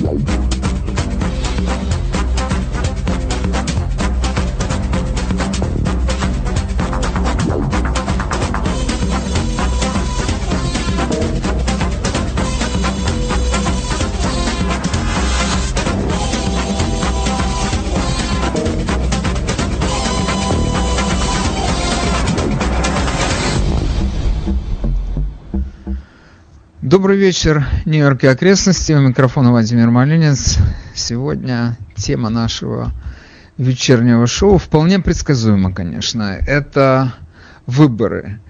Добрый вечер, Нью-Йорк и окрестности. У микрофона Владимир Малинец. Сегодня тема нашего вечернего шоу вполне предсказуема, конечно. Это выборы.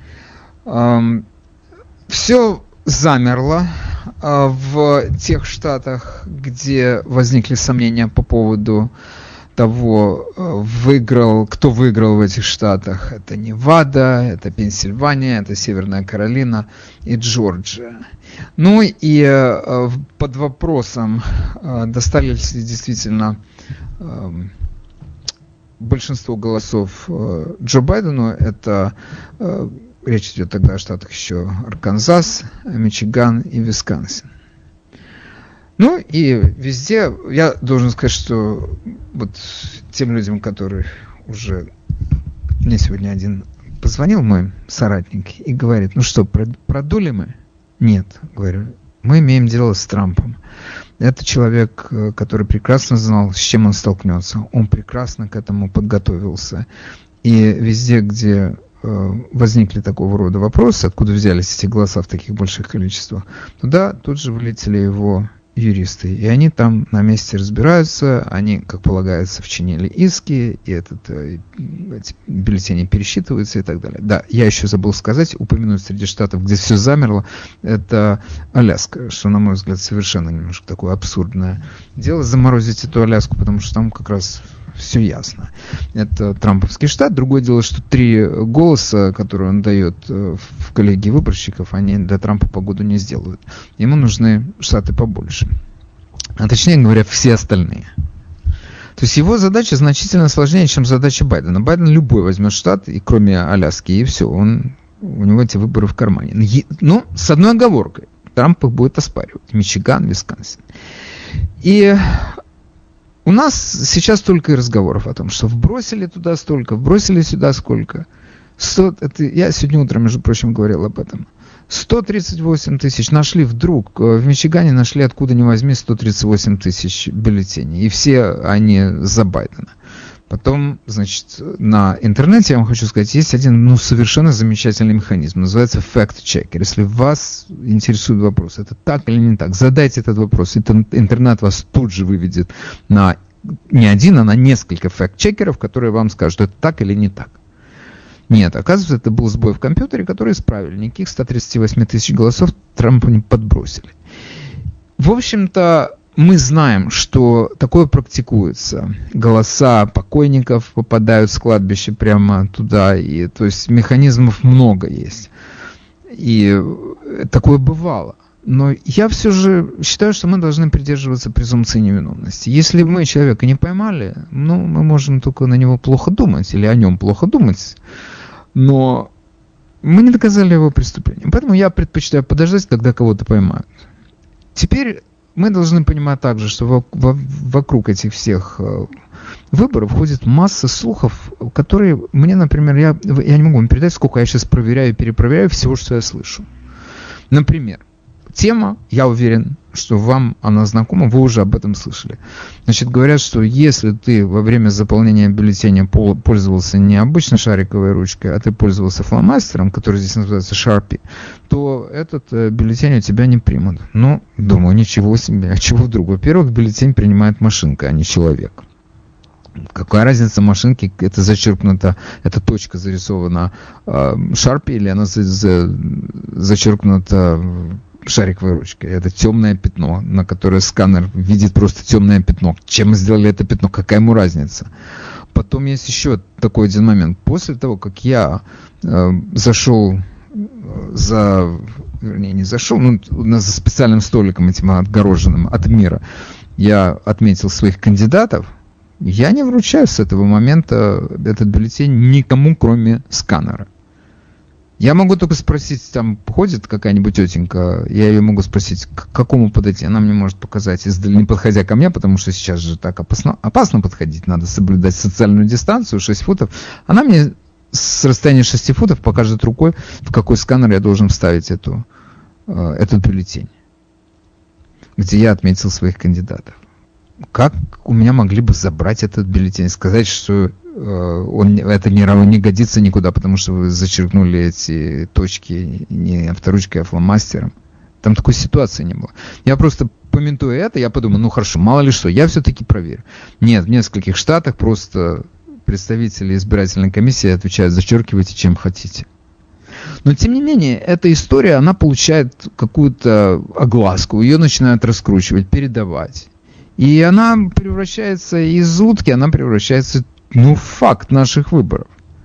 Все замерло в тех штатах, где возникли сомнения по поводу того, кто выиграл в этих штатах. Это Невада, это Пенсильвания, это Северная Каролина и Джорджия. Ну и под вопросом, достались ли действительно большинство голосов Джо Байдену. Это речь идет тогда о штатах еще Арканзас, Мичиган и Висконсин. Ну и везде, я должен сказать, что вот тем людям, которые уже... Мне сегодня один позвонил, мой соратник, и говорит: ну что, продули мы? Нет, говорю, мы имеем дело с Трампом. Это человек, который прекрасно знал, с чем он столкнется. Он прекрасно к этому подготовился. И везде, где возникли такого рода вопросы, откуда взялись эти голоса в таких больших количествах, туда тут же вылетели его юристы, и они там на месте разбираются, они, как полагается, вчинили иски, и эти бюллетени пересчитываются и так далее. Да, я еще забыл сказать, упомянуть среди штатов, где все замерло, это Аляска, что, на мой взгляд, совершенно немножко такое абсурдное дело, заморозить эту Аляску, потому что там как раз все ясно. Это трамповский штат. Другое дело, что 3 голоса, которые он дает в коллегии выборщиков, они для Трампа погоду не сделают. Ему нужны штаты побольше. А точнее говоря, все остальные. То есть его задача значительно сложнее, чем задача Байдена. Байден любой возьмет штат, и кроме Аляски, и все. У него эти выборы в кармане. Но с одной оговоркой. Трамп их будет оспаривать. Мичиган, Висконсин. И у нас сейчас только и разговоров о том, что вбросили туда столько, вбросили сюда сколько. Я сегодня утром, между прочим, говорил об этом. 138 тысяч нашли вдруг. В Мичигане нашли откуда ни возьми 138 тысяч бюллетеней. И все они за Байдена. Потом, значит, на интернете, я вам хочу сказать, есть один совершенно замечательный механизм. Называется fact-checker. Если вас интересует вопрос, это так или не так, задайте этот вопрос. Интернет вас тут же выведет на не один, а на несколько факт-чекеров, которые вам скажут, это так или не так. Нет, оказывается, это был сбой в компьютере, который исправили. Никаких 138 тысяч голосов Трампу не подбросили. В общем-то, мы знаем, что такое практикуется. Голоса покойников попадают с кладбища прямо туда. И, то есть механизмов много есть. И такое бывало. Но я все же считаю, что мы должны придерживаться презумпции невиновности. Если мы человека не поймали, мы можем только на него плохо думать или о нем плохо думать. Но мы не доказали его преступление. Поэтому я предпочитаю подождать, когда кого-то поймают. Теперь мы должны понимать также, что вокруг этих всех выборов ходит масса слухов, которые мне, например, я не могу вам передать, сколько я сейчас проверяю и перепроверяю всего, что я слышу. Например, тема, я уверен, что вам она знакома, вы уже об этом слышали. Значит, говорят, что если ты во время заполнения бюллетеня пользовался не обычной шариковой ручкой, а ты пользовался фломастером, который здесь называется Sharpie, то этот бюллетень у тебя не примут. Думаю, ничего себе. А чего вдруг? Во-первых, бюллетень принимает машинка, а не человек. Какая разница машинки, это зачеркнуто, эта точка зарисована Sharpie или она зачеркнута шариковой ручкой. Это темное пятно, на которое сканер видит просто темное пятно. Чем мы сделали это пятно? Какая ему разница? Потом есть еще такой один момент. После того, как я зашел за специальным столиком этим отгороженным от мира, я отметил своих кандидатов, я не вручаю с этого момента этот бюллетень никому, кроме сканера. Я могу только спросить, там ходит какая-нибудь тетенька, я ее могу спросить, к какому подойти. Она мне может показать, не подходя ко мне, потому что сейчас же так опасно подходить, надо соблюдать социальную дистанцию, 6 футов. Она мне с расстояния 6 футов покажет рукой, в какой сканер я должен вставить этот бюллетень, где я отметил своих кандидатов. Как у меня могли бы забрать этот бюллетень, сказать, что это не годится никуда, потому что вы зачеркнули эти точки не авторучкой, а фломастером. Там такой ситуации не было. Я просто, помятуя это, я подумал, ну хорошо, мало ли что, я все-таки проверю. Нет, в нескольких штатах просто представители избирательной комиссии отвечают, зачеркивайте чем хотите. Но, тем не менее, эта история, она получает какую-то огласку, ее начинают раскручивать, передавать. И она превращается из утки, она превращается в факт наших выборов.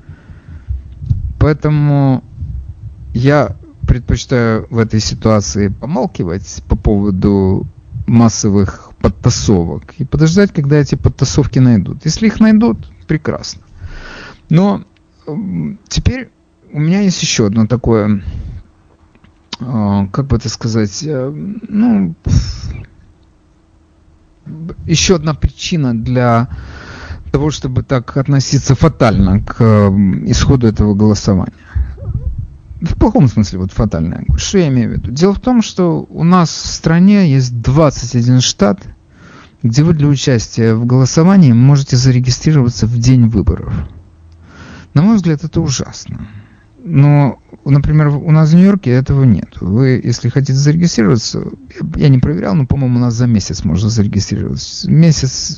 Поэтому я предпочитаю в этой ситуации помалкивать по поводу массовых подтасовок и подождать, когда эти подтасовки найдут. Если их найдут, прекрасно. Но теперь у меня есть еще одно такое, как бы это сказать, еще одна причина для того, чтобы так относиться фатально к исходу этого голосования. В плохом смысле, фатально. Что я имею в виду? Дело в том, что у нас в стране есть 21 штат, где вы для участия в голосовании можете зарегистрироваться в день выборов. На мой взгляд, это ужасно. Но, например, у нас в Нью-Йорке этого нет. Вы, если хотите зарегистрироваться, я не проверял, но, по-моему, у нас за месяц можно зарегистрироваться. Месяц,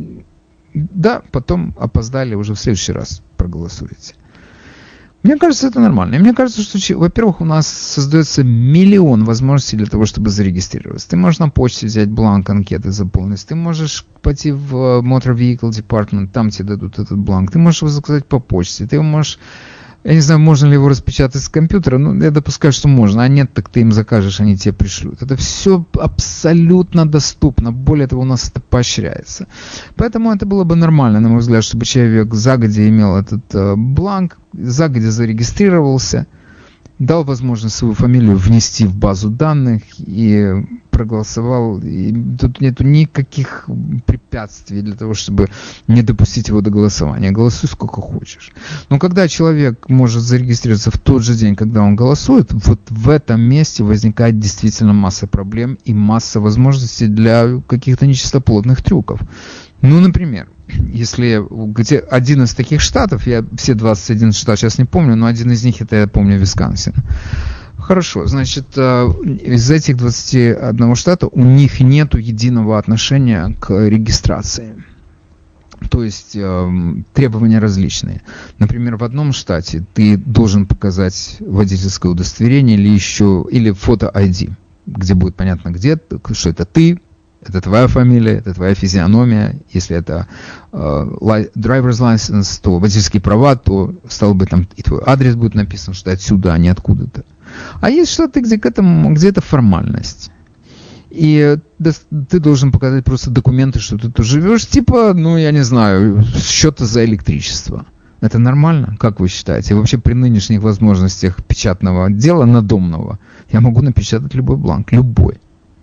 да, потом опоздали, уже в следующий раз проголосуете. Мне кажется, это нормально. И мне кажется, что, во-первых, у нас создается миллион возможностей для того, чтобы зарегистрироваться. Ты можешь на почте взять бланк анкеты, заполнить. Ты можешь пойти в Motor Vehicle Department, там тебе дадут этот бланк. Ты можешь его заказать по почте. Ты можешь... Я не знаю, можно ли его распечатать с компьютера, но я допускаю, что можно. А нет, так ты им закажешь, они тебе пришлют. Это все абсолютно доступно. Более того, у нас это поощряется. Поэтому это было бы нормально, на мой взгляд, чтобы человек загодя имел этот бланк, загодя зарегистрировался, дал возможность свою фамилию внести в базу данных и проголосовал. И тут нету никаких препятствий для того, чтобы не допустить его до голосования. Голосуй сколько хочешь. Но когда человек может зарегистрироваться в тот же день, когда он голосует, вот в этом месте возникает действительно масса проблем и масса возможностей для каких-то нечистоплотных трюков. Ну, например, если где один из таких штатов, я все 21 штат сейчас не помню, но один из них, это я помню, Висконсин. Хорошо, значит, из этих 21 штата у них нет единого отношения к регистрации. То есть требования различные. Например, в одном штате ты должен показать водительское удостоверение или фото-ID, где будет понятно, что это ты, это твоя фамилия, это твоя физиономия. Если это driver's license, то водительские права, то, стало быть, там и твой адрес будет написан, что ты отсюда, а не откуда-то. А есть штаты, где это формальность. И ты должен показать просто документы, что ты тут живешь, типа, я не знаю, счета за электричество. Это нормально, как вы считаете? И вообще при нынешних возможностях печатного отдела надомного я могу напечатать любой бланк, любой.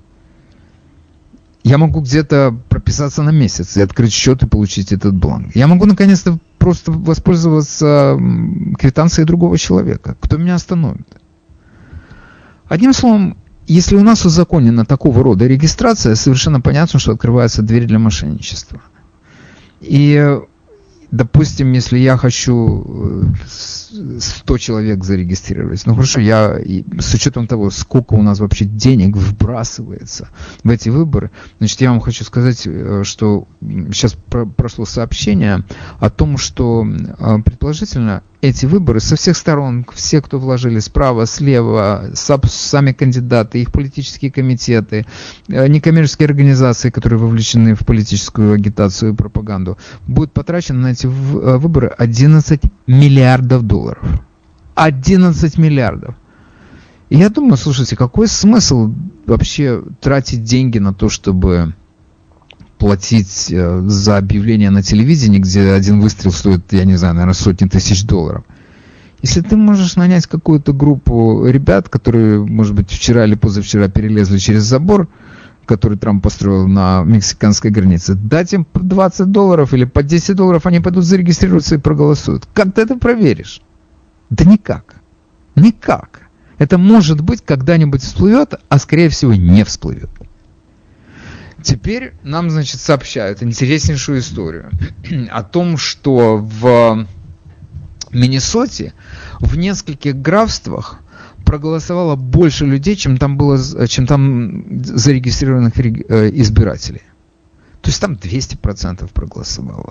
Я могу где-то прописаться на месяц и открыть счет и получить этот бланк. Я могу наконец-то просто воспользоваться квитанцией другого человека. Кто меня остановит? Одним словом, если у нас узаконена такого рода регистрация, совершенно понятно, что открывается дверь для мошенничества. И, допустим, если я хочу 100 человек зарегистрировать, хорошо, с учетом того, сколько у нас вообще денег вбрасывается в эти выборы, значит, я вам хочу сказать, что сейчас прошло сообщение о том, что предположительно эти выборы со всех сторон, все, кто вложили справа, слева, сами кандидаты, их политические комитеты, некоммерческие организации, которые вовлечены в политическую агитацию и пропаганду, будет потрачено на эти выборы 11 миллиардов долларов. 11 миллиардов. И я думаю, слушайте, какой смысл вообще тратить деньги на то, чтобы платить за объявление на телевидении, где один выстрел стоит, я не знаю, наверное, сотни тысяч долларов. Если ты можешь нанять какую-то группу ребят, которые, может быть, вчера или позавчера перелезли через забор, который Трамп построил на мексиканской границе, дать им по $20 или по $10, они пойдут зарегистрируются и проголосуют. Как ты это проверишь? Да никак. Никак. Это, может быть, когда-нибудь всплывет, а скорее всего не всплывет. Теперь нам, значит, сообщают интереснейшую историю о том, что в Миннесоте в нескольких графствах проголосовало больше людей, чем там зарегистрированных избирателей. То есть там 200% проголосовало,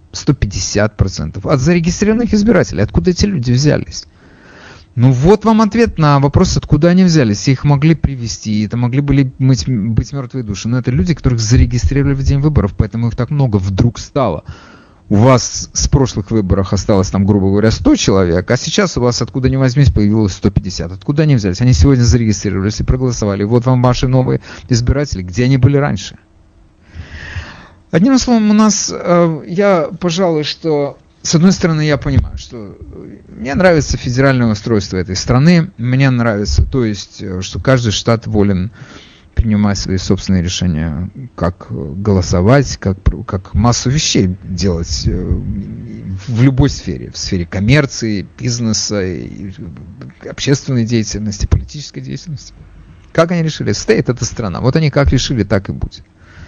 150% от зарегистрированных избирателей. Откуда эти люди взялись? Ну вот вам ответ на вопрос, откуда они взялись. Их могли привести, это могли быть мертвые души. Но это люди, которых зарегистрировали в день выборов, поэтому их так много вдруг стало. У вас с прошлых выборов осталось там, грубо говоря, 100 человек, а сейчас у вас откуда ни возьмись появилось 150. Откуда они взялись? Они сегодня зарегистрировались и проголосовали. Вот вам ваши новые избиратели, где они были раньше. Одним словом, у нас, я, пожалуй, что... С одной стороны, я понимаю, что мне нравится федеральное устройство этой страны, мне нравится, то есть, что каждый штат волен принимать свои собственные решения, как голосовать, как массу вещей делать в любой сфере, в сфере коммерции, бизнеса, общественной деятельности, политической деятельности. Как они решили? Стейт – это страна. Вот они как решили, так и будет.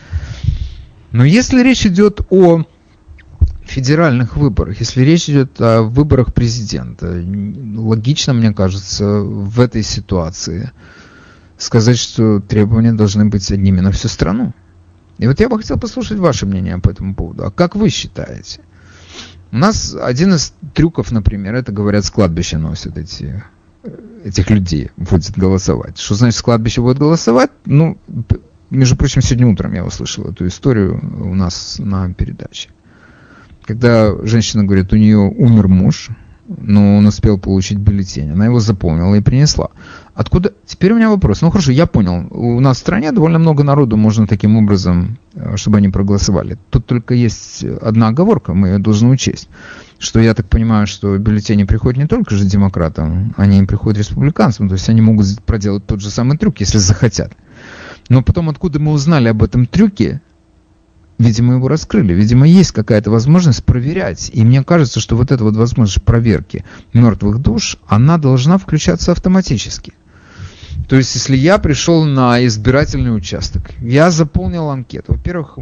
Но если речь идет о федеральных выборах, если речь идет о выборах президента, логично, мне кажется, в этой ситуации сказать, что требования должны быть одними на всю страну. И вот я бы хотел послушать ваше мнение по этому поводу. А как вы считаете? У нас один из трюков, например, это, говорят, с кладбища носят этих людей, будет голосовать. Что значит с кладбища будет голосовать? Ну, между прочим, сегодня утром я услышал эту историю у нас на передаче. Когда женщина говорит, у нее умер муж, но он успел получить бюллетень. Она его заполнила и принесла. Откуда? Теперь у меня вопрос. Ну хорошо, я понял. У нас в стране довольно много народу можно таким образом, чтобы они проголосовали. Тут только есть одна оговорка, мы ее должны учесть. Что я так понимаю, что бюллетени приходят не только же демократам, они приходят республиканцам. То есть они могут проделать тот же самый трюк, если захотят. Но потом, откуда мы узнали об этом трюке, видимо, его раскрыли. Видимо, есть какая-то возможность проверять. И мне кажется, что вот эта вот возможность проверки мертвых душ, она должна включаться автоматически. То есть, если я пришел на избирательный участок, я заполнил анкету. Во-первых,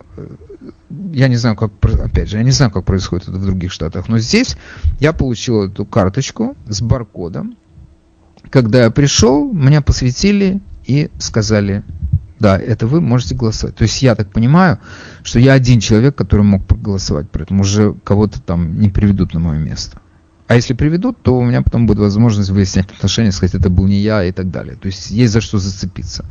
я не знаю, как происходит это в других штатах, но здесь я получил эту карточку с баркодом. Когда я пришел, меня посвятили и сказали: да, это вы можете голосовать. То есть я так понимаю, что я один человек, который мог проголосовать, поэтому уже кого-то там не приведут на мое место. А если приведут, то у меня потом будет возможность выяснять отношения, сказать, это был не я и так далее. То есть есть за что зацепиться.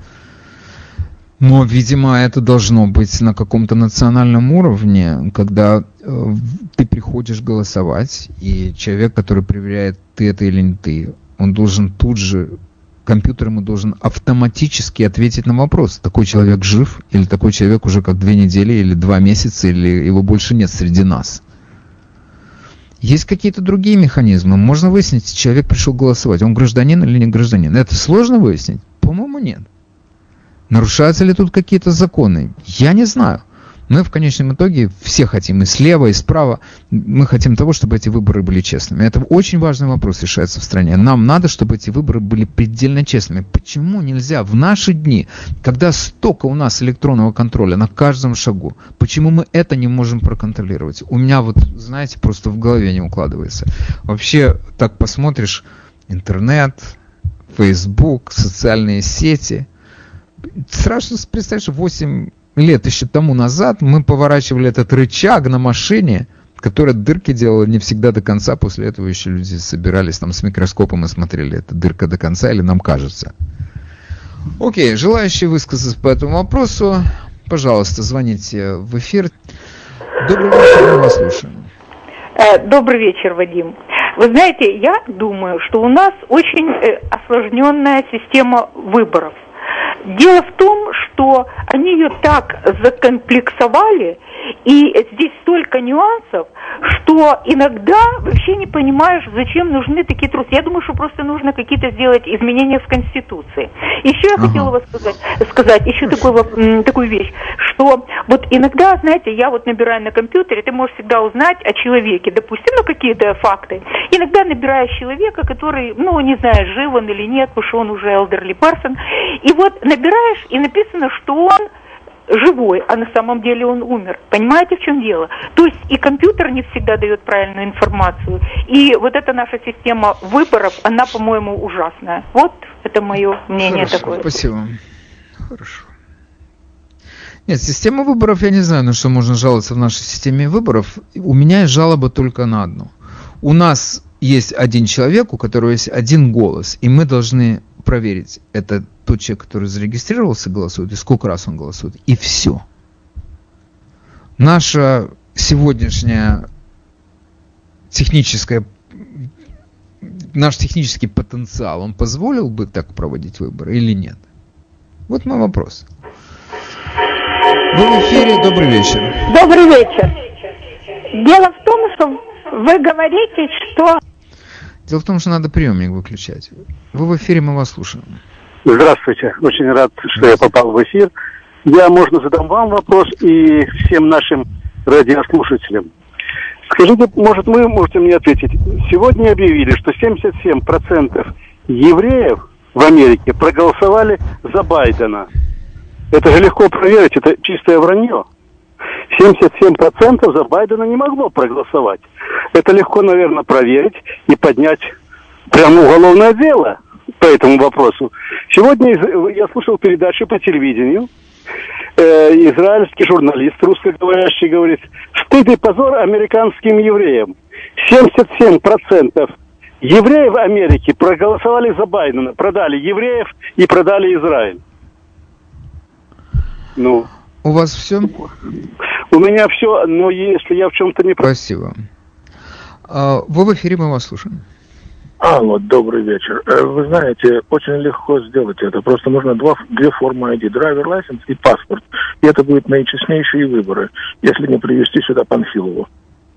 Но, видимо, это должно быть на каком-то национальном уровне, когда ты приходишь голосовать, и человек, который проверяет, ты это или не ты, он должен тут же, компьютер ему должен автоматически ответить на вопрос, такой человек жив, или такой человек уже как 2 недели, или 2 месяца, или его больше нет среди нас. Есть какие-то другие механизмы. Можно выяснить, человек пришел голосовать, он гражданин или не гражданин. Это сложно выяснить? По-моему, нет. Нарушаются ли тут какие-то законы? Я не знаю. Мы в конечном итоге все хотим, и слева, и справа, мы хотим того, чтобы эти выборы были честными. Это очень важный вопрос решается в стране. Нам надо, чтобы эти выборы были предельно честными. Почему нельзя в наши дни, когда столько у нас электронного контроля на каждом шагу, почему мы это не можем проконтролировать? У меня вот, знаете, просто в голове не укладывается. Вообще, так посмотришь, интернет, Facebook, социальные сети. Страшно представить, что 8 лет еще тому назад мы поворачивали этот рычаг на машине, которая дырки делала не всегда до конца. После этого еще люди собирались там с микроскопом и смотрели, это дырка до конца или нам кажется. Окей, желающие высказаться по этому вопросу, пожалуйста, звоните в эфир. Добрый вечер, мы вас слушаем. Добрый вечер, Вадим. Вы знаете, я думаю, что у нас очень осложненная система выборов. Дело в том, что они ее так закомплексовали, и здесь столько нюансов, что иногда вообще не понимаешь, зачем нужны такие трусы. Я думаю, что просто нужно какие-то сделать изменения в Конституции. Еще я хотела вас сказать еще такую вещь, что вот иногда, знаете, я вот набираю на компьютере, ты можешь всегда узнать о человеке, допустим, какие-то факты. Иногда набираешь человека, который, не знаю, жив он или нет, потому что он уже elderly person, и вот набираешь, и написано, что он живой, а на самом деле он умер. Понимаете, в чем дело? То есть и компьютер не всегда дает правильную информацию. И вот эта наша система выборов, она, по-моему, ужасная. Вот это мое мнение. Хорошо, такое. Спасибо. Хорошо. Нет, система выборов, я не знаю, на что можно жаловаться в нашей системе выборов. У меня есть жалоба только на одну. У нас есть один человек, у которого есть один голос, и мы должны проверить, это тот человек, который зарегистрировался, голосует, и сколько раз он голосует, и все. Наша сегодняшняя наш технический потенциал, он позволил бы так проводить выборы или нет? Вот мой вопрос. Вы в эфире, добрый вечер. Добрый вечер. Дело в том, что вы говорите, что... Дело в том, что надо приемник выключать. Вы в эфире, мы вас слушаем. Здравствуйте. Очень рад, что я попал в эфир. Я, можно, задам вам вопрос и всем нашим радиослушателям. Скажите, может, вы можете мне ответить. Сегодня объявили, что 77% евреев в Америке проголосовали за Байдена. Это же легко проверить, это чистое вранье. 77% за Байдена не могло проголосовать. Это легко, наверное, проверить и поднять прямо уголовное дело по этому вопросу. Сегодня я слушал передачу по телевидению. Израильский журналист, русскоговорящий, говорит: стыд и позор американским евреям. 77% евреев в Америке проголосовали за Байдена, продали евреев и продали Израиль. У вас все? У меня все, но если я в чем-то не прав... Спасибо. Вы в эфире, мы вас слушаем. Алло, добрый вечер. Вы знаете, очень легко сделать это. Просто нужно две формы ID. Драйвер лайсенс и паспорт. И это будут наичестнейшие выборы, если не привести сюда Панфилову.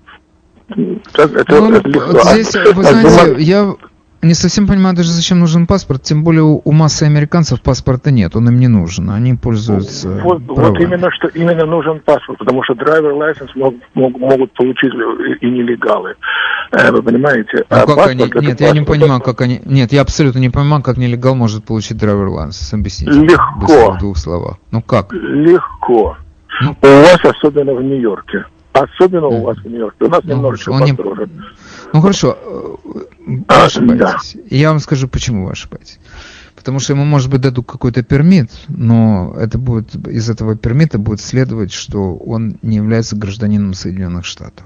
Это легко. Здесь, вы знаете, я не совсем понимаю даже, зачем нужен паспорт. Тем более у массы американцев паспорта нет, он им не нужен. Они пользуются Вот именно нужен паспорт, потому что драйвер лайсенс могут получить и нелегалы. Вы понимаете? Как они? Нет, я не понимаю, как они... Нет, я абсолютно не понимаю, как нелегал может получить драйвер лайсенс. Объясните. Легко. В двух словах. Как? Легко. У вас, особенно в Нью-Йорке. Особенно у вас в Нью-Йорке. У нас немножечко построже. Хорошо, вы ошибаетесь. Да. Я вам скажу, почему вы ошибаетесь. Потому что ему, может быть, дадут какой-то пермит, но из этого пермита будет следовать, что он не является гражданином Соединенных Штатов.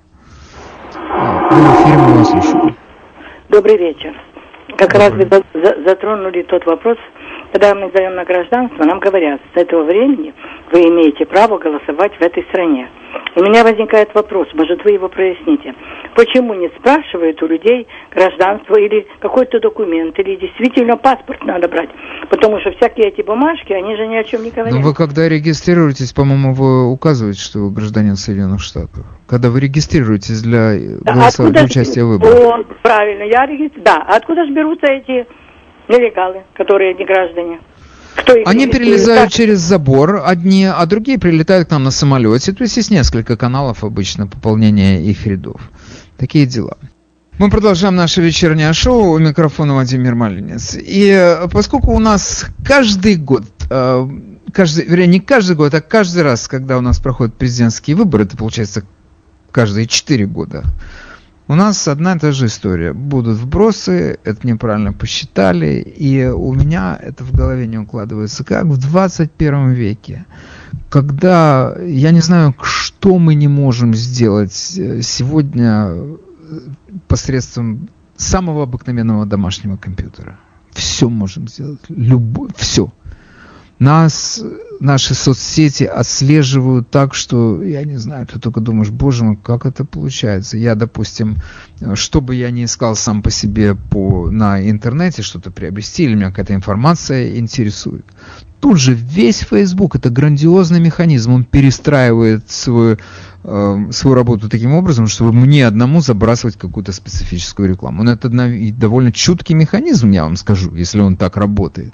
Вы в эфире, мы вас слушаем. Добрый вечер. Как раз вы затронули тот вопрос, когда мы сдаем на гражданство, нам говорят, с этого времени вы имеете право голосовать в этой стране. У меня возникает вопрос, может, вы его проясните. Почему не спрашивают у людей гражданство или какой-то документ, или действительно паспорт надо брать? Потому что всякие эти бумажки, они же ни о чем не говорят. Но вы когда регистрируетесь, по-моему, вы указываете, что вы гражданин Соединенных Штатов. Когда вы регистрируетесь для участия в выборах. Правильно, я регистрирую. Да, откуда же берутся эти нелегалы, которые не граждане? Они перелезают через забор одни, а другие прилетают к нам на самолете. То есть есть несколько каналов обычно пополнения их рядов. Такие дела. Мы продолжаем наше вечернее шоу. У микрофона Владимир Малинец. И поскольку у нас каждый год, не каждый год, а каждый раз, когда у нас проходят президентские выборы, это получается каждые 4 года, у нас одна и та же история. Будут вбросы, это неправильно посчитали, и у меня это в голове не укладывается. Как в 21 веке, когда, я не знаю, что мы не можем сделать сегодня посредством самого обыкновенного домашнего компьютера. Все можем сделать, все. Наши соцсети отслеживают так, что, я не знаю, ты только думаешь, боже мой, как это получается. Я, допустим, что бы я ни искал сам по себе на интернете, что-то приобрести, или меня какая-то информация интересует. тут же весь Facebook, это грандиозный механизм, он перестраивает свою работу таким образом, чтобы мне одному забрасывать какую-то специфическую рекламу. Это довольно чуткий механизм, я вам скажу, если он так работает.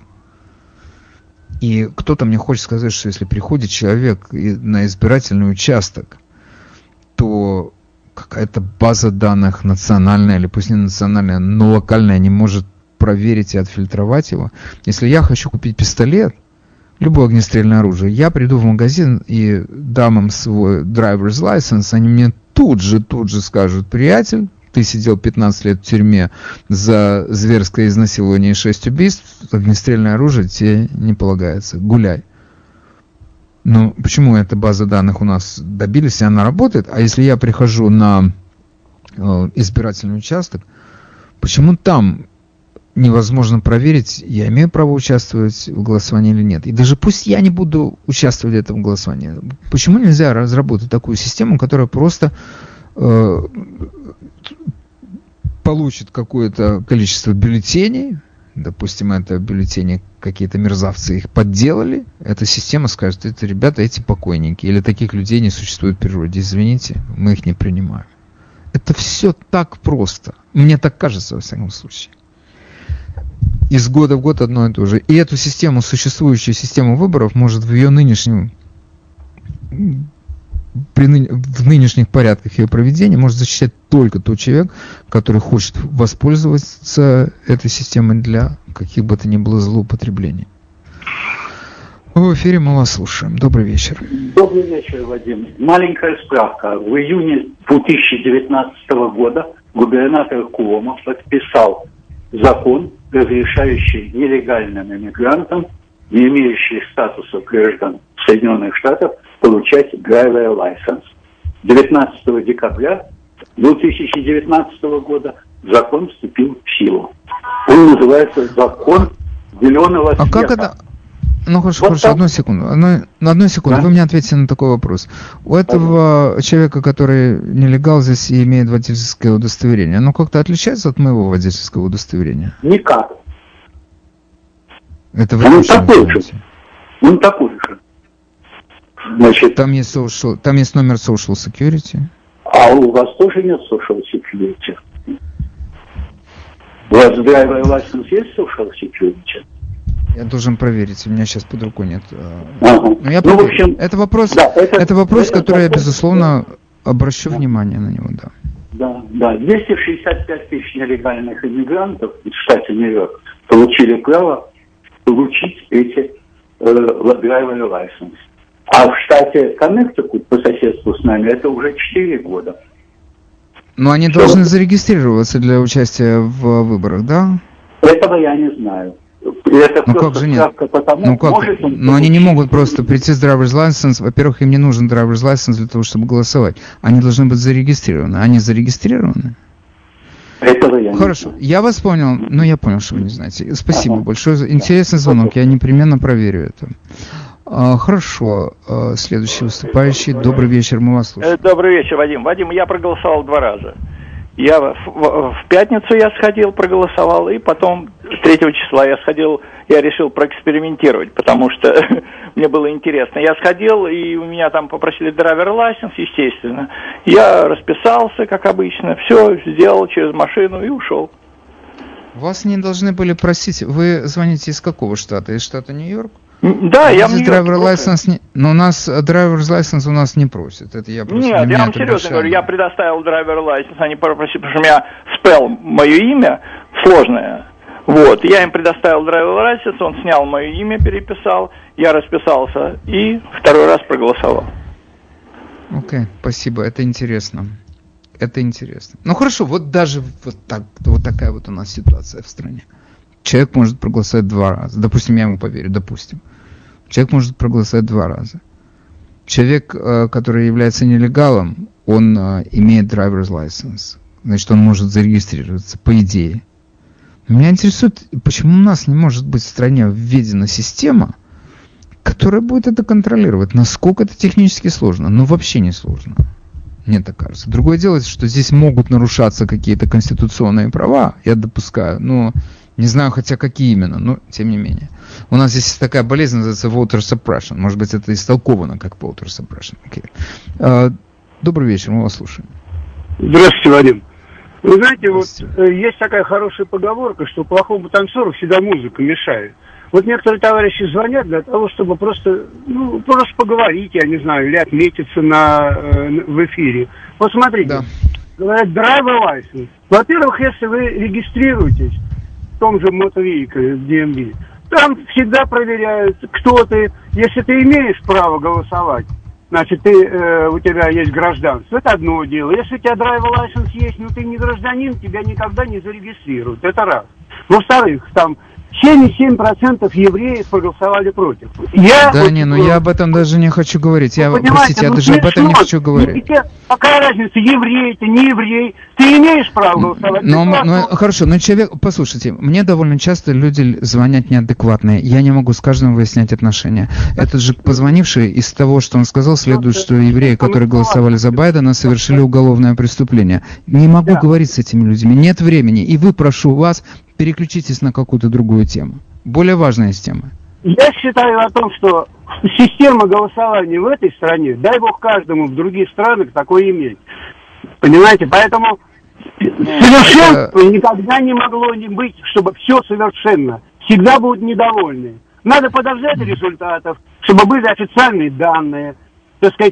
И кто-то мне хочет сказать, что если приходит человек на избирательный участок, то какая-то база данных национальная, или пусть не национальная, но локальная, не может проверить и отфильтровать его. Если я хочу купить пистолет, любое огнестрельное оружие, я приду в магазин и дам им свой driver's license, они мне тут же скажут: приятель, ты сидел 15 лет в тюрьме за зверское изнасилование и 6 убийств, огнестрельное оружие тебе не полагается, гуляй. Но почему эта база данных у нас добились, и она работает, а если я прихожу на избирательный участок, почему там невозможно проверить, я имею право участвовать в голосовании или нет? И даже пусть я не буду участвовать в этом голосовании, почему нельзя разработать такую систему, которая просто получит какое-то количество бюллетеней, допустим, это бюллетени, какие-то мерзавцы их подделали, эта система скажет: это ребята, эти покойники, или таких людей не существует в природе, извините, мы их не принимаем. Это все так просто. Мне так кажется, во всяком случае. Из года в год одно и то же. И эту систему, существующую систему выборов, может в ее нынешнем, в нынешних порядках ее проведения может защищать только тот человек, который хочет воспользоваться этой системой для каких бы то ни было злоупотреблений. В эфире, мы вас слушаем. Добрый вечер. Добрый вечер, Вадим. Маленькая справка. В июне 2019 года губернатор Куомо подписал закон, разрешающий нелегальным иммигрантам, не имеющих статуса граждан Соединенных Штатов, получать driver license. 19 декабря 2019 года закон вступил в силу. Он называется закон зеленого цвета. А как это? Ну хорошо, Вот хорошо, так. одну секунду. Да? Вы мне ответите на такой вопрос. У этого человека, который нелегал здесь и имеет водительское удостоверение, оно как-то отличается от моего водительского удостоверения? Никак. Это вы Он точно такой же. знаете? Он такой же. Значит, Там есть номер Social Security. а у вас тоже нет social security? У вас driver license есть social security? Я должен проверить, у меня сейчас под рукой нет. Ага. Но я Ну, в проверю. общем, Это вопрос, да, это который я, закон. безусловно, обращу внимание на него, да. Да. 265 тысяч нелегальных иммигрантов в штате Нью-Йорк получили право получить эти driver license. А в штате Коннектикут по соседству с нами это уже 4 года. Но они должны зарегистрироваться для участия в выборах, да? Этого я не знаю. Это Ну просто как же нет? справка потому, Ну как? может он Но они не получить. могут просто прийти с driver's license. Во-первых, им не нужен driver's license для того, чтобы голосовать. Они должны быть зарегистрированы. Они зарегистрированы? Этого я не Хорошо, знаю. я вас понял. Ну, я понял, что вы не знаете. Спасибо Ага. большое. Интересный звонок. Я непременно проверю это. Хорошо. Следующий выступающий. Добрый вечер, мы вас слушаем. Добрый вечер, Вадим. Вадим, я проголосовал 2 раза. Я в пятницу я сходил, проголосовал, и потом 3 числа я решил проэкспериментировать, потому что мне было интересно. Я сходил, и у меня там попросили driver license, естественно. Я расписался, как обычно, все сделал через машину и ушел. Вас не должны были просить. Вы звоните из какого штата? Из штата Нью-Йорк? Да, я в здесь Нью-Йорке driver license не... Но у нас driver's license у нас не просит. Это я просто... Нет, я вам серьезно говорю, я предоставил driver license, они попросили, потому что у меня спел мое имя сложное. Вот, я им предоставил driver license, он снял мое имя, переписал, я расписался и 2 раз проголосовал. Окей, спасибо, это интересно. Это интересно. Ну хорошо, вот даже вот такая вот у нас ситуация в стране. Человек может проголосовать 2 раза. Допустим, я ему поверю, допустим. Человек может проголосовать 2 раза. Человек, который является нелегалом, он имеет driver's license. Значит, он может зарегистрироваться, по идее. Меня интересует, почему у нас не может быть в стране введена система, которая будет это контролировать. Насколько это технически сложно? Ну, вообще не сложно. Мне так кажется. Другое дело, что здесь могут нарушаться какие-то конституционные права, я допускаю, но Не знаю, хотя какие именно, но тем не менее. У нас здесь такая болезнь, называется voter suppression. Может быть, это истолковано как voter suppression. Okay. Добрый вечер, мы вас слушаем. Здравствуйте, Вадим. Вы знаете, вот есть такая хорошая поговорка, что плохому танцору всегда музыка мешает. Вот некоторые товарищи звонят для того, чтобы просто поговорить, я не знаю, или отметиться в эфире. Вот смотрите, да. Говорят, driver license. Во-первых, если вы регистрируетесь в том же мотовейкале в DMV, там всегда проверяют, кто ты. Если ты имеешь право голосовать, значит, у тебя есть гражданство. Это одно дело. Если у тебя driver license есть, но ты не гражданин, тебя никогда не зарегистрируют. Это раз. Во-вторых, там 7,7% евреев проголосовали против. Я об этом даже не хочу говорить. Я даже об этом не хочу говорить. Какая разница, еврей ты, не еврей? Ты имеешь право голосовать. Хорошо, но человек, послушайте, мне довольно часто люди звонят неадекватные. Я не могу с каждым выяснять отношения. Этот же позвонивший, из того, что он сказал, следует, что евреи, которые голосовали за Байдена, совершили уголовное преступление. Не могу говорить с этими людьми. Нет времени. И прошу вас, переключитесь на какую-то другую тему. Более важная тема. Я считаю о том, что система голосования в этой стране, дай бог каждому в других странах такое иметь. Понимаете? Поэтому совершенства никогда не могло не быть, чтобы все совершенно. Всегда будут недовольны. Надо подождать результатов, чтобы были официальные данные. Так сказать,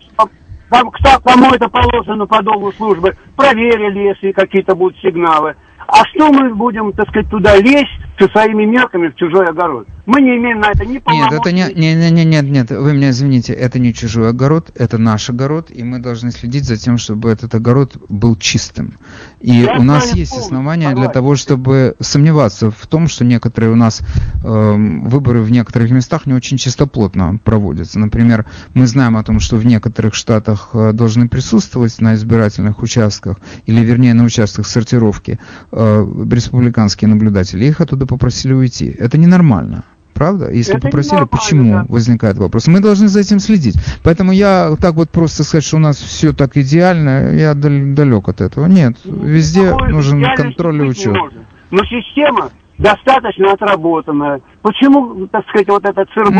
кому это положено по долгу службы, проверили, если какие-то будут сигналы. А что мы будем, так сказать, туда лезть со своими мерками в чужой огород? Мы не имеем на это ни полномочий. Нет, вы меня извините, это не чужой огород, это наш огород, и мы должны следить за тем, чтобы этот огород был чистым. И у нас есть основания для того, чтобы сомневаться в том, что некоторые у нас выборы в некоторых местах не очень чистоплотно проводятся. Например, мы знаем о том, что в некоторых штатах должны присутствовать на избирательных участках, или вернее на участках сортировки, республиканские наблюдатели, их оттуда попросили уйти. Это ненормально. Правда? Если попросили, почему возникает вопрос? Мы должны за этим следить. Поэтому я так вот просто сказать, что у нас все так идеально, я далек от этого. Нет, везде нужен контроль и учет. Но система достаточно отработанная. Почему, так сказать, вот этот цирбор...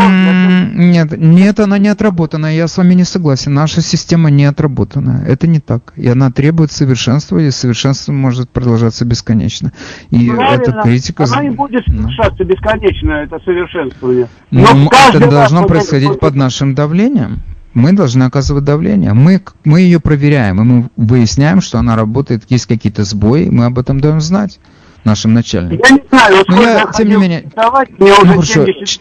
Нет, она не отработанная. Я с вами не согласен. Наша система не отработанная. Это не так. И она требует совершенства, и совершенство может продолжаться бесконечно. И эта критика... Она не будет совершаться бесконечно, это совершенствование. Но это должно происходить под нашим давлением. Мы должны оказывать давление. Мы ее проверяем, и мы выясняем, что она работает, есть какие-то сбои, мы об этом даем знать нашим начальникам. Я не знаю, вот я тем не менее... мне уже 70...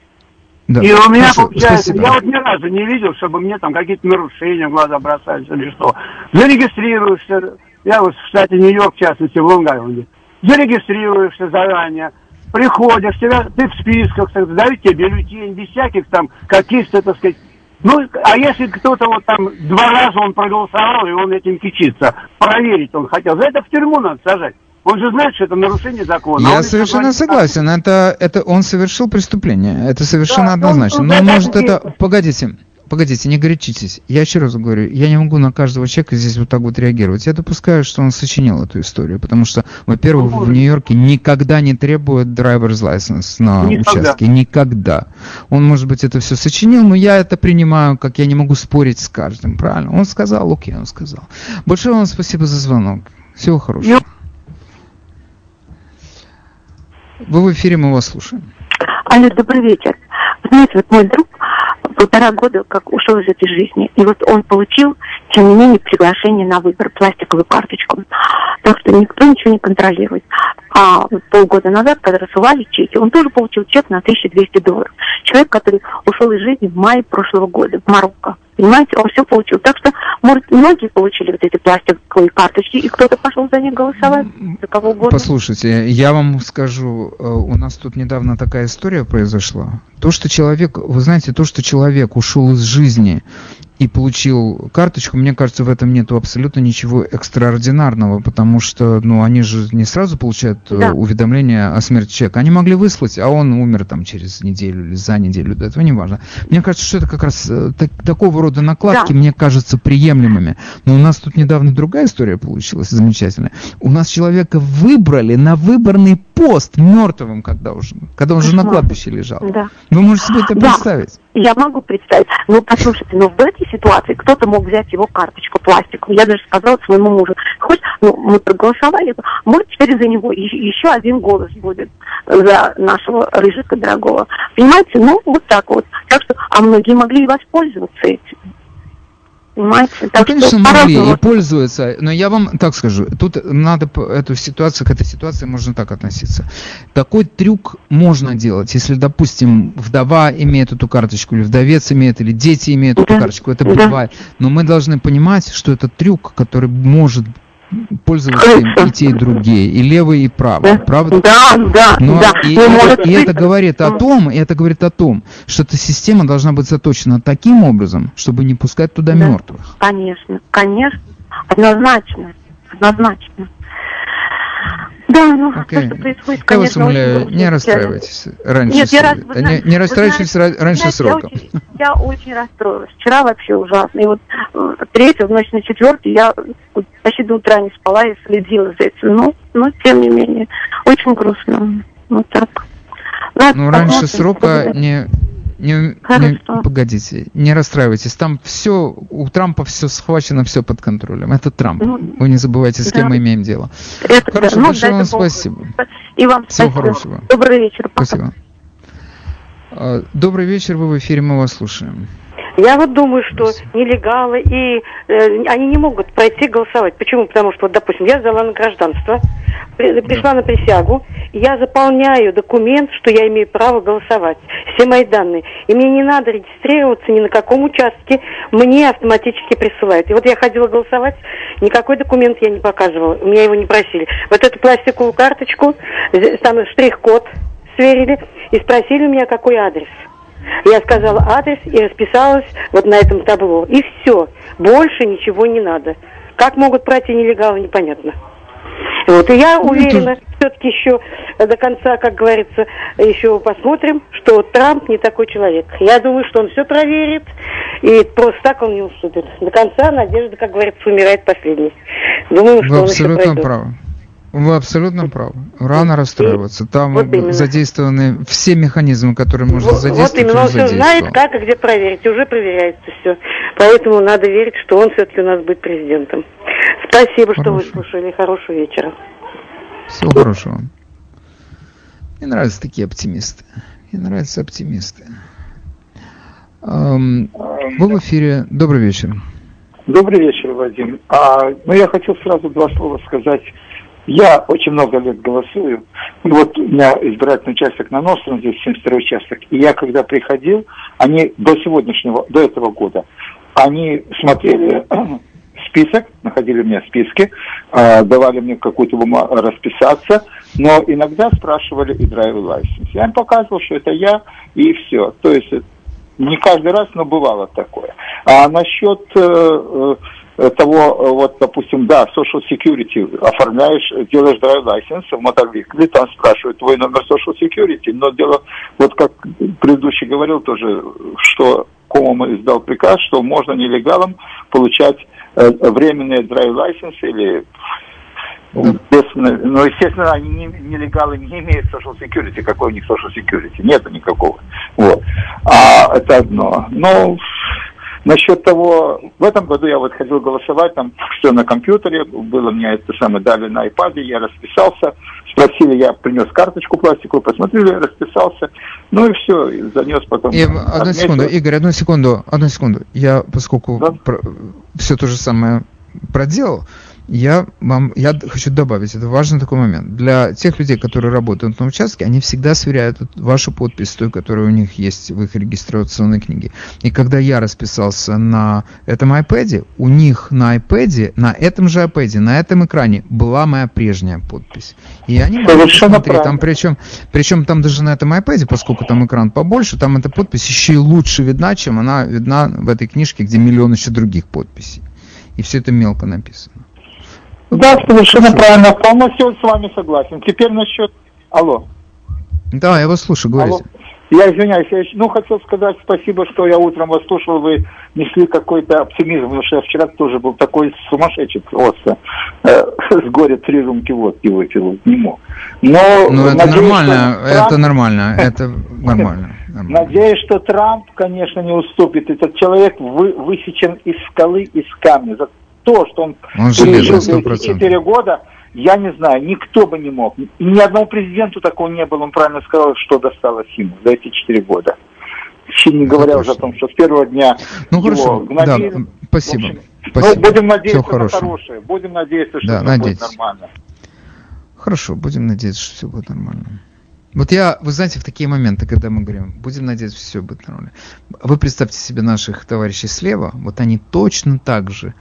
Да. И у меня получается, я вот ни разу не видел, чтобы мне там какие-то нарушения в глаза бросались или что. Зарегистрируешься, я вот в штате Нью-Йорк, в частности, в Лонг-Айленде, зарегистрируешься заранее, приходишь, ты в списках, дают тебе бюллетень, без всяких там каких-то, так сказать. Ну, а если кто-то вот там 2 раза он проголосовал, и он этим кичится, проверить он хотел, за это в тюрьму надо сажать. Он же знает, что это нарушение закона. Я совершенно согласен. Это он совершил преступление. Это совершенно однозначно. Но может это... Погодите, не горячитесь. Я еще раз говорю, я не могу на каждого человека здесь вот так вот реагировать. Я допускаю, что он сочинил эту историю. Потому что, во-первых, в Нью-Йорке никогда не требуют driver's license на участке. Никогда. Он, может быть, это все сочинил, но я это принимаю, как я не могу спорить с каждым. Правильно? Он сказал, окей, он сказал. Большое вам спасибо за звонок. Всего хорошего. Вы в эфире, мы вас слушаем. Алло, добрый вечер. Знаете, вот мой друг 1,5 года как ушел из этой жизни. И вот он получил, тем не менее, приглашение на выбор, пластиковую карточку. Так что никто ничего не контролирует. А вот полгода назад, когда рассылали чеки, он тоже получил чек на $1200. Человек, который ушел из жизни в мае прошлого года в Марокко. Понимаете, он все получил. Так что, может, многие получили вот эти пластиковые карточки, и кто-то пошел за них голосовать, за кого угодно. Послушайте, я вам скажу, у нас тут недавно такая история произошла. То, что человек, вы знаете, то, что человек ушел из жизни и получил карточку, мне кажется, в этом нету абсолютно ничего экстраординарного, потому что, ну, они же не сразу получают уведомление о смерти человека. Они могли выслать, а он умер там через неделю или за неделю до этого, неважно. Мне кажется, что это как раз такого рода накладки, мне кажутся приемлемыми. Но у нас тут недавно другая история получилась, замечательная. У нас человека выбрали на выборный пост мертвым, когда он же на кладбище лежал. Да. Вы можете себе это представить? Я могу представить. Но послушайте, в этой ситуации кто-то мог взять его карточку пластиковую. Я даже сказала своему мужу: хоть мы проголосовали, может, теперь за него еще один голос будет за нашего Рыжика дорогого. Понимаете? Вот так вот. Так что, а многие могли и воспользоваться этим. Понимаете? Так, конечно, могли и пользуются, но я вам так скажу, тут надо к этой ситуации можно так относиться. Такой трюк можно делать, если, допустим, вдова имеет эту карточку, или вдовец имеет, или дети имеют эту карточку, это бывает. Но мы должны понимать, что это трюк, который может пользоваться им и те, и другие, и левые, и правые, правда? И это говорит о том, что эта система должна быть заточена таким образом, чтобы не пускать туда мертвых. Конечно, однозначно. Да, то, что происходит, конечно, я вас умоляю, не расстраивайтесь не расстраивайтесь раньше срока. Я очень расстроилась. Вчера вообще ужасно. И вот 3-ю, в ночь на 4-ю я почти до утра не спала и следила за этим. Но тем не менее, очень грустно. Вот так. Раньше срока погодите, не расстраивайтесь. Там все, у Трампа все схвачено, все под контролем. Это Трамп. Вы не забывайте, с кем мы имеем дело. Хорошо, большое вам спасибо. И вам всего хорошего. Добрый вечер. Спасибо. Добрый вечер, вы в эфире, мы вас слушаем. Я вот думаю, что нелегалы, и они не могут пройти голосовать. Почему? Потому что, допустим, я сдала на гражданство, пришла на присягу, я заполняю документ, что я имею право голосовать, все мои данные. И мне не надо регистрироваться ни на каком участке, мне автоматически присылают. И вот я ходила голосовать, никакой документ я не показывала, у меня его не просили. Вот эту пластиковую карточку, там штрих-код сверили и спросили у меня, какой адрес. Я сказала адрес и расписалась вот на этом табло. И все. Больше ничего не надо. Как могут пройти нелегалы, непонятно. Вот. И я уверена, все-таки еще до конца, как говорится, еще посмотрим, что Трамп не такой человек. Я думаю, что он все проверит, и просто так он не уступит. До конца надежда, как говорится, умирает последней. Думаю, что он еще пройдет. Вы абсолютно правы. Рано расстраиваться. Там задействованы все механизмы, которые можно задействовать. Вот именно, он все знает, как и где проверить. Уже проверяется все. Поэтому надо верить, что он все-таки у нас будет президентом. Спасибо, что вы слушали. Хорошего вечера. Всего хорошего. Мне нравятся такие оптимисты. Мне нравятся оптимисты. Вы в эфире. Добрый вечер. Добрый вечер, Вадим. Я хочу сразу 2 слова сказать. Я очень много лет голосую. Вот у меня избирательный участок на Ностром, здесь 72-й участок. И я когда приходил, они до этого года, они смотрели список, находили мне списки, давали мне какую-то бумагу расписаться, но иногда спрашивали и driver license. Я им показывал, что это я, и все. То есть не каждый раз, но бывало такое. А насчет того, вот, допустим, Social Security оформляешь, делаешь driver license в мотовикли, там спрашивают твой номер Social Security, но дело, вот как предыдущий говорил тоже, что Кома издал приказ, что можно нелегалам получать временные driver license или естественно, они нелегалы не имеют Social Security. Какой у них Social Security? Нету никакого. Вот. Это одно. Но насчет того, в этом году я вот ходил голосовать, там все на компьютере, было мне это самое, дали на iPad, я расписался, спросили, я принес карточку пластиковую, посмотрели, расписался, и все, и занес потом. Одну секунду, Игорь, одну секунду. Я, поскольку все то же самое проделал, Я хочу добавить, это важный такой момент. Для тех людей, которые работают на участке, они всегда сверяют вашу подпись с той, которая у них есть в их регистрационной книге. И когда я расписался на этом iPad, у них на iPad, на этом же iPad, на этом экране была моя прежняя подпись. И они могли посмотреть, там, причем там даже на этом iPad, поскольку там экран побольше, там эта подпись еще и лучше видна, чем она видна в этой книжке, где миллион еще других подписей. И все это мелко написано. Да, совершенно правильно. Полностью с вами согласен. Теперь насчет... Алло. Да, я вас слушаю, говорите. Алло. Я извиняюсь, хотел сказать спасибо, что я утром вас слушал, вы несли какой-то оптимизм, потому что я вчера тоже был такой сумасшедший просто, с горя 3 рюмки водки выпил, не мог. Но это надеюсь, нормально, это нормально, это нормально. Надеюсь, что Трамп, конечно, не уступит. Этот человек высечен из скалы, из камня. За то, что он пережил 4 года, я не знаю, никто бы не мог. Ни одному президенту такого не было, он правильно сказал, что досталось ему за эти 4 года. Не говоря уже о том, что с первого дня его гнобили. Да, спасибо. В общем, спасибо. Будем надеяться на хорошее. Будем надеяться, что все будет нормально. Хорошо, будем надеяться, что все будет нормально. Вот вы знаете, в такие моменты, когда мы говорим, будем надеяться, что все будет нормально. Вы представьте себе наших товарищей слева, вот они точно так же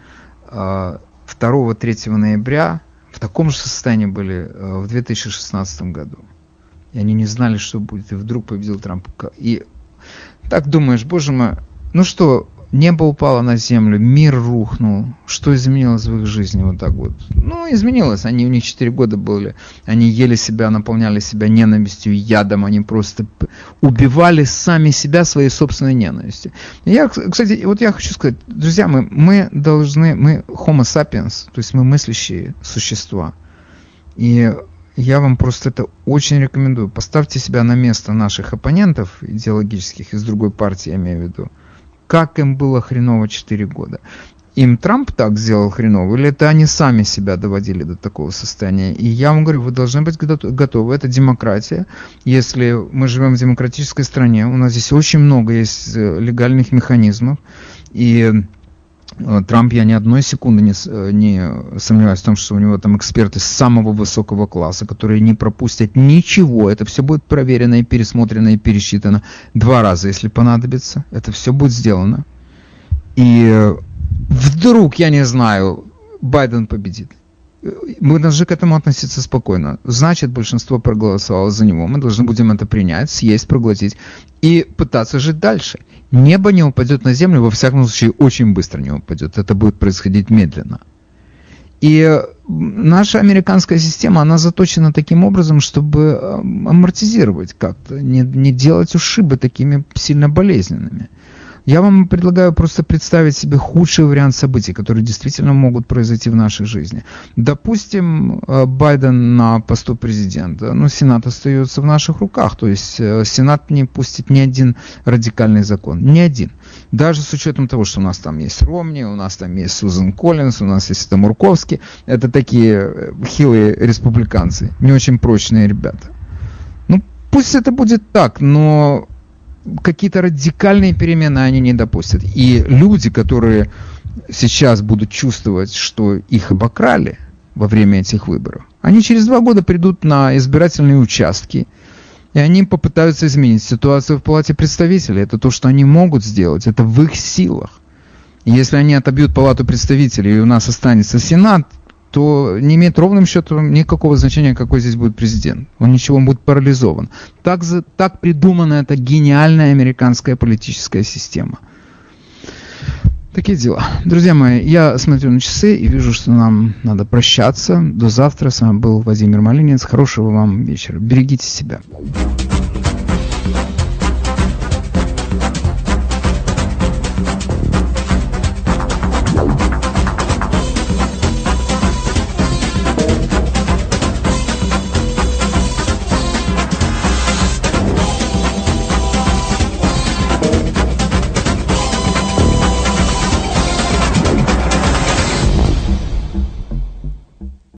2-3 ноября в таком же состоянии были в 2016 году. И они не знали, что будет. И вдруг победил Трамп. И так думаешь, боже мой, ну что, небо упало на землю, мир рухнул. Что изменилось в их жизни вот так вот? Ну, изменилось. У них 4 года были. Они ели себя, наполняли себя ненавистью, ядом. Они просто убивали сами себя своей собственной ненавистью. Кстати, вот я хочу сказать, друзья, мы homo sapiens, то есть мы мыслящие существа. И я вам просто это очень рекомендую. Поставьте себя на место наших оппонентов идеологических из другой партии, я имею в виду. Как им было хреново 4 года. Им Трамп так сделал хреново, или это они сами себя доводили до такого состояния? И я вам говорю, вы должны быть готовы. Это демократия. Если мы живем в демократической стране, у нас здесь очень много есть легальных механизмов. И Трамп, я ни одной секунды не сомневаюсь в том, что у него там эксперты самого высокого класса, которые не пропустят ничего. Это все будет проверено и пересмотрено и пересчитано 2 раза, если понадобится. Это все будет сделано. И вдруг, я не знаю, Байден победит. Мы должны к этому относиться спокойно. Значит, большинство проголосовало за него. Мы должны будем это принять, съесть, проглотить и пытаться жить дальше. Небо не упадет на землю, во всяком случае, очень быстро не упадет. Это будет происходить медленно. И наша американская система, она заточена таким образом, чтобы амортизировать как-то, не делать ушибы такими сильно болезненными. Я вам предлагаю просто представить себе худший вариант событий, которые действительно могут произойти в нашей жизни. Допустим, Байден на посту президента, но Сенат остается в наших руках, то есть Сенат не пустит ни один радикальный закон, ни один. Даже с учетом того, что у нас там есть Ромни, у нас там есть Сьюзен Коллинс, у нас есть Мурковский, это такие хилые республиканцы, не очень прочные ребята. Ну, пусть это будет так, но какие-то радикальные перемены они не допустят. И люди, которые сейчас будут чувствовать, что их обокрали во время этих выборов, они через 2 года придут на избирательные участки, и они попытаются изменить ситуацию в Палате представителей. Это то, что они могут сделать, это в их силах. И если они отобьют Палату представителей, и у нас останется Сенат, то не имеет ровным счетом никакого значения, какой здесь будет президент. Он ничего будет парализован. Так придумана эта гениальная американская политическая система. Такие дела. Друзья мои, я смотрю на часы и вижу, что нам надо прощаться. До завтра. С вами был Владимир Малинец. Хорошего вам вечера. Берегите себя.